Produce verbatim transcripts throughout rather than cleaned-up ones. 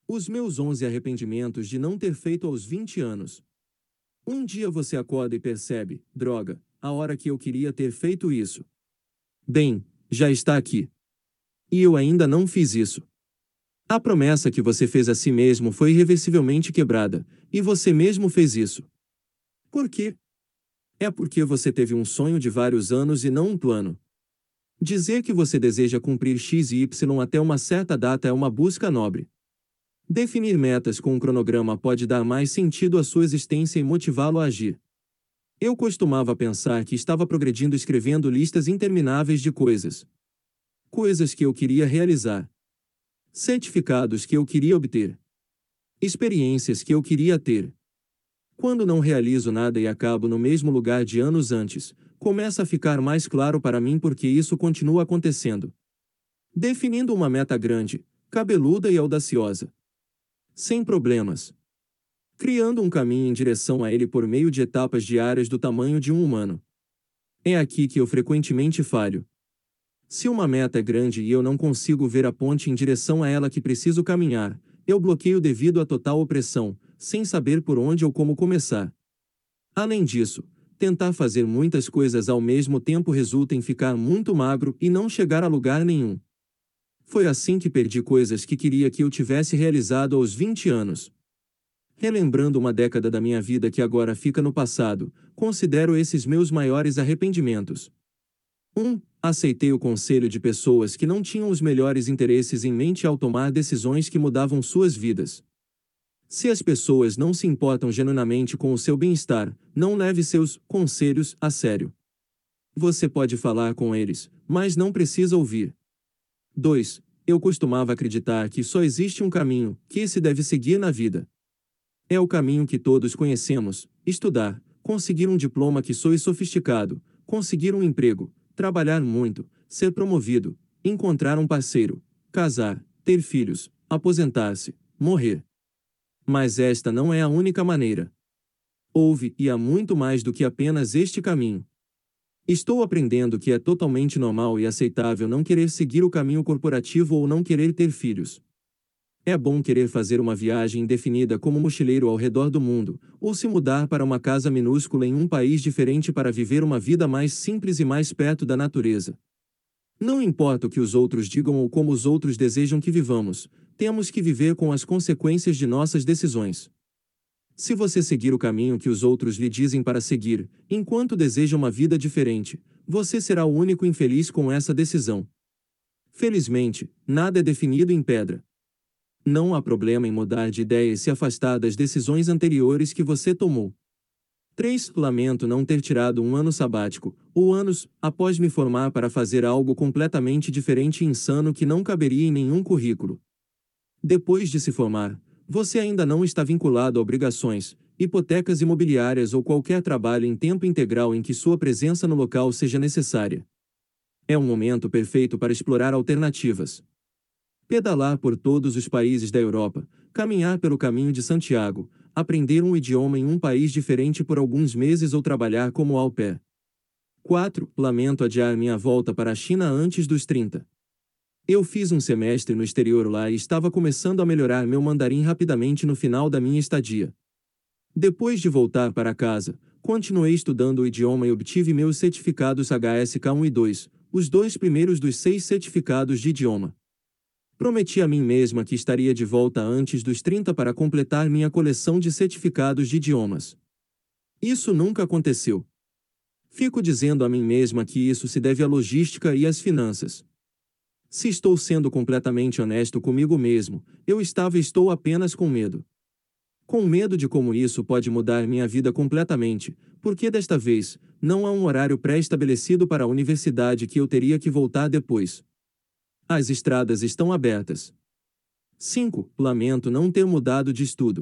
Os meus onze arrependimentos de não ter feito aos vinte anos. Um dia você acorda e percebe, droga, a hora que eu queria ter feito isso. Bem, já está aqui. E eu ainda não fiz isso. A promessa que você fez a si mesmo foi irreversivelmente quebrada, e você mesmo fez isso. Por quê? É porque você teve um sonho de vários anos e não um plano. Dizer que você deseja cumprir X e Y até uma certa data é uma busca nobre. Definir metas com um cronograma pode dar mais sentido à sua existência e motivá-lo a agir. Eu costumava pensar que estava progredindo escrevendo listas intermináveis de coisas. Coisas que eu queria realizar. Certificados que eu queria obter. Experiências que eu queria ter. Quando não realizo nada e acabo no mesmo lugar de anos antes, começa a ficar mais claro para mim por que isso continua acontecendo. Definindo uma meta grande, cabeluda e audaciosa. Sem problemas. Criando um caminho em direção a ele por meio de etapas diárias do tamanho de um humano. É aqui que eu frequentemente falho. Se uma meta é grande e eu não consigo ver a ponte em direção a ela que preciso caminhar, eu bloqueio devido à total opressão, sem saber por onde ou como começar. Além disso, tentar fazer muitas coisas ao mesmo tempo resulta em ficar muito magro e não chegar a lugar nenhum. Foi assim que perdi coisas que queria que eu tivesse realizado aos vinte anos. Relembrando uma década da minha vida que agora fica no passado, considero esses meus maiores arrependimentos. um. Aceitei o conselho de pessoas que não tinham os melhores interesses em mente ao tomar decisões que mudavam suas vidas. Se as pessoas não se importam genuinamente com o seu bem-estar, não leve seus conselhos a sério. Você pode falar com eles, mas não precisa ouvir. dois. Eu costumava acreditar que só existe um caminho, que se deve seguir na vida. É o caminho que todos conhecemos: estudar, conseguir um diploma que soe sofisticado, conseguir um emprego, trabalhar muito, ser promovido, encontrar um parceiro, casar, ter filhos, aposentar-se, morrer. Mas esta não é a única maneira. Houve e há muito mais do que apenas este caminho. Estou aprendendo que é totalmente normal e aceitável não querer seguir o caminho corporativo ou não querer ter filhos. É bom querer fazer uma viagem indefinida como mochileiro ao redor do mundo, ou se mudar para uma casa minúscula em um país diferente para viver uma vida mais simples e mais perto da natureza. Não importa o que os outros digam ou como os outros desejam que vivamos, temos que viver com as consequências de nossas decisões. Se você seguir o caminho que os outros lhe dizem para seguir, enquanto deseja uma vida diferente, você será o único infeliz com essa decisão. Felizmente, nada é definido em pedra. Não há problema em mudar de ideia e se afastar das decisões anteriores que você tomou. três. Lamento não ter tirado um ano sabático, ou anos, após me formar para fazer algo completamente diferente e insano que não caberia em nenhum currículo. Depois de se formar, você ainda não está vinculado a obrigações, hipotecas imobiliárias ou qualquer trabalho em tempo integral em que sua presença no local seja necessária. É um momento perfeito para explorar alternativas. Pedalar por todos os países da Europa, caminhar pelo caminho de Santiago, aprender um idioma em um país diferente por alguns meses ou trabalhar como au pair. quatro. Lamento adiar minha volta para a China antes dos trinta. Eu fiz um semestre no exterior lá e estava começando a melhorar meu mandarim rapidamente no final da minha estadia. Depois de voltar para casa, continuei estudando o idioma e obtive meus certificados H S K um e dois, os dois primeiros dos seis certificados de idioma. Prometi a mim mesma que estaria de volta antes dos trinta para completar minha coleção de certificados de idiomas. Isso nunca aconteceu. Fico dizendo a mim mesma que isso se deve à logística e às finanças. Se estou sendo completamente honesto comigo mesmo, eu estava e estou apenas com medo. Com medo de como isso pode mudar minha vida completamente, porque desta vez, não há um horário pré-estabelecido para a universidade que eu teria que voltar depois. As estradas estão abertas. cinco. Lamento não ter mudado de estudo.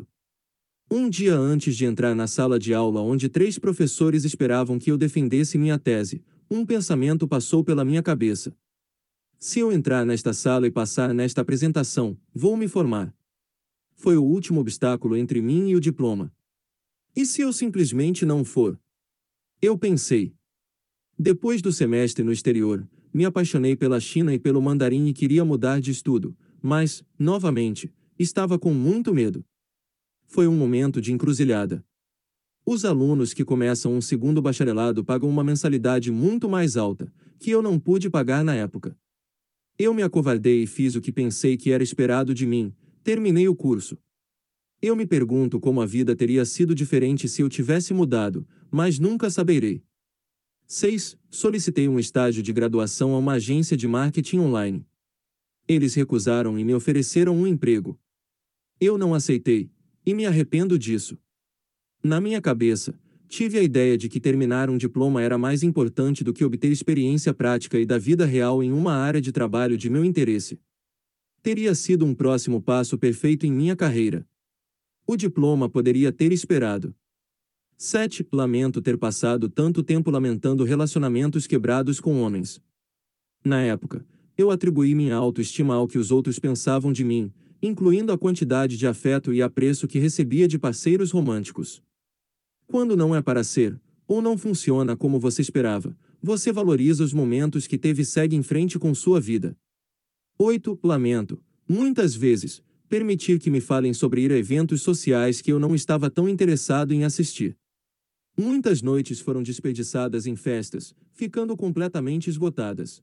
Um dia antes de entrar na sala de aula onde três professores esperavam que eu defendesse minha tese, um pensamento passou pela minha cabeça. Se eu entrar nesta sala e passar nesta apresentação, vou me formar. Foi o último obstáculo entre mim e o diploma. E se eu simplesmente não for? Eu pensei. Depois do semestre no exterior, me apaixonei pela China e pelo mandarim e queria mudar de estudo, mas, novamente, estava com muito medo. Foi um momento de encruzilhada. Os alunos que começam um segundo bacharelado pagam uma mensalidade muito mais alta, que eu não pude pagar na época. Eu me acovardei e fiz o que pensei que era esperado de mim, terminei o curso. Eu me pergunto como a vida teria sido diferente se eu tivesse mudado, mas nunca saberei. seis. Solicitei um estágio de graduação a uma agência de marketing online. Eles recusaram e me ofereceram um emprego. Eu não aceitei, e me arrependo disso. Na minha cabeça, tive a ideia de que terminar um diploma era mais importante do que obter experiência prática e da vida real em uma área de trabalho de meu interesse. Teria sido um próximo passo perfeito em minha carreira. O diploma poderia ter esperado. sete. Lamento ter passado tanto tempo lamentando relacionamentos quebrados com homens. Na época, eu atribuí minha autoestima ao que os outros pensavam de mim, incluindo a quantidade de afeto e apreço que recebia de parceiros românticos. Quando não é para ser, ou não funciona como você esperava, você valoriza os momentos que teve e segue em frente com sua vida. oito. Lamento, muitas vezes, permitir que me falem sobre ir a eventos sociais que eu não estava tão interessado em assistir. Muitas noites foram desperdiçadas em festas, ficando completamente esgotadas.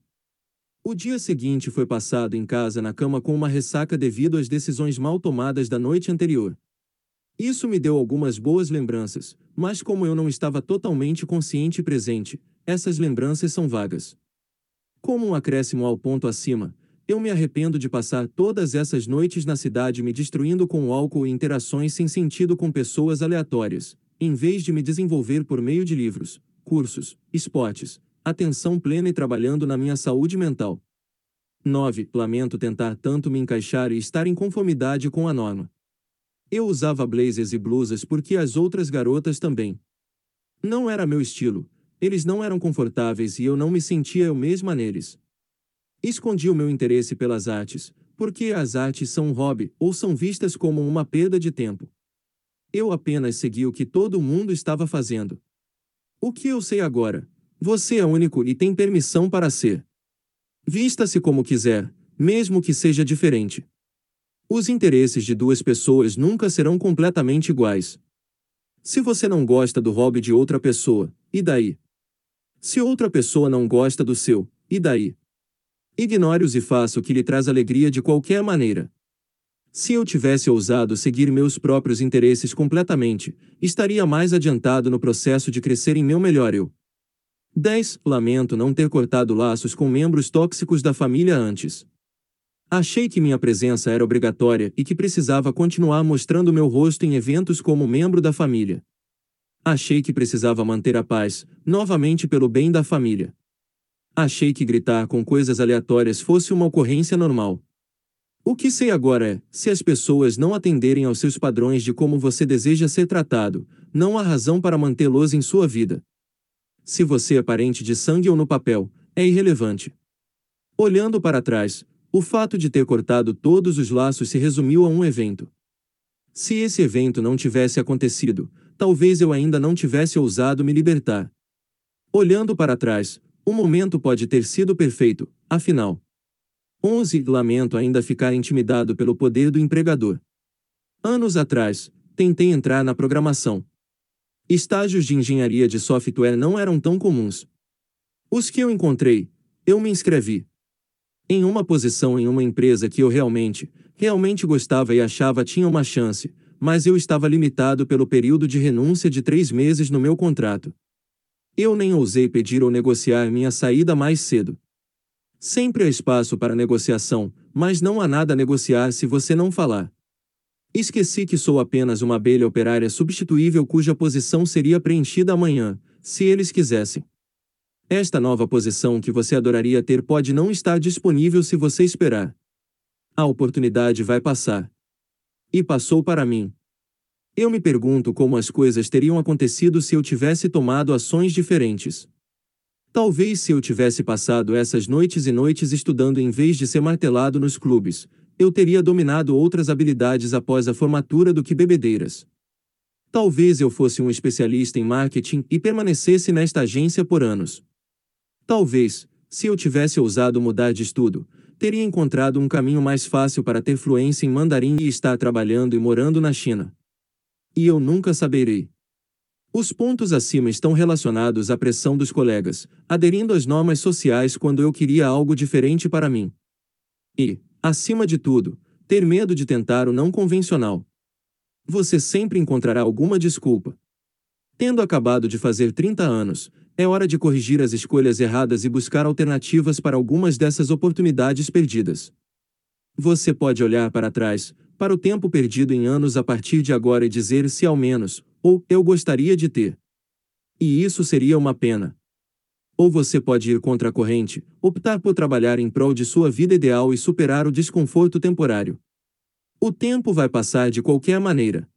O dia seguinte foi passado em casa na cama com uma ressaca devido às decisões mal tomadas da noite anterior. Isso me deu algumas boas lembranças, mas como eu não estava totalmente consciente e presente, essas lembranças são vagas. Como um acréscimo ao ponto acima, eu me arrependo de passar todas essas noites na cidade me destruindo com álcool e interações sem sentido com pessoas aleatórias, em vez de me desenvolver por meio de livros, cursos, esportes, atenção plena e trabalhando na minha saúde mental. nove. Lamento tentar tanto me encaixar e estar em conformidade com a norma. Eu usava blazers e blusas porque as outras garotas também. Não era meu estilo, eles não eram confortáveis e eu não me sentia eu mesma neles. Escondi o meu interesse pelas artes, porque as artes são um hobby ou são vistas como uma perda de tempo. Eu apenas segui o que todo mundo estava fazendo. O que eu sei agora? Você é único e tem permissão para ser. Vista-se como quiser, mesmo que seja diferente. Os interesses de duas pessoas nunca serão completamente iguais. Se você não gosta do hobby de outra pessoa, e daí? Se outra pessoa não gosta do seu, e daí? Ignore-os e faça o que lhe traz alegria de qualquer maneira. Se eu tivesse ousado seguir meus próprios interesses completamente, estaria mais adiantado no processo de crescer em meu melhor eu. dez. Lamento não ter cortado laços com membros tóxicos da família antes. Achei que minha presença era obrigatória e que precisava continuar mostrando meu rosto em eventos como membro da família. Achei que precisava manter a paz, novamente pelo bem da família. Achei que gritar com coisas aleatórias fosse uma ocorrência normal. O que sei agora é, se as pessoas não atenderem aos seus padrões de como você deseja ser tratado, não há razão para mantê-los em sua vida. Se você é parente de sangue ou no papel, é irrelevante. Olhando para trás, o fato de ter cortado todos os laços se resumiu a um evento. Se esse evento não tivesse acontecido, talvez eu ainda não tivesse ousado me libertar. Olhando para trás, o momento pode ter sido perfeito, afinal. onze. Lamento ainda ficar intimidado pelo poder do empregador. Anos atrás, tentei entrar na programação. Estágios de engenharia de software não eram tão comuns. Os que eu encontrei, eu me inscrevi. Em uma posição em uma empresa que eu realmente, realmente gostava e achava tinha uma chance, mas eu estava limitado pelo período de renúncia de três meses no meu contrato. Eu nem ousei pedir ou negociar minha saída mais cedo. Sempre há espaço para negociação, mas não há nada a negociar se você não falar. Esqueci que sou apenas uma abelha operária substituível cuja posição seria preenchida amanhã, se eles quisessem. Esta nova posição que você adoraria ter pode não estar disponível se você esperar. A oportunidade vai passar. E passou para mim. Eu me pergunto como as coisas teriam acontecido se eu tivesse tomado ações diferentes. Talvez se eu tivesse passado essas noites e noites estudando em vez de ser martelado nos clubes, eu teria dominado outras habilidades após a formatura do que bebedeiras. Talvez eu fosse um especialista em marketing e permanecesse nesta agência por anos. Talvez, se eu tivesse ousado mudar de estudo, teria encontrado um caminho mais fácil para ter fluência em mandarim e estar trabalhando e morando na China. E eu nunca saberei. Os pontos acima estão relacionados à pressão dos colegas, aderindo às normas sociais quando eu queria algo diferente para mim. E, acima de tudo, ter medo de tentar o não convencional. Você sempre encontrará alguma desculpa. Tendo acabado de fazer trinta anos, é hora de corrigir as escolhas erradas e buscar alternativas para algumas dessas oportunidades perdidas. Você pode olhar para trás, para o tempo perdido em anos a partir de agora e dizer se ao menos, ou eu gostaria de ter. E isso seria uma pena. Ou você pode ir contra a corrente, optar por trabalhar em prol de sua vida ideal e superar o desconforto temporário. O tempo vai passar de qualquer maneira.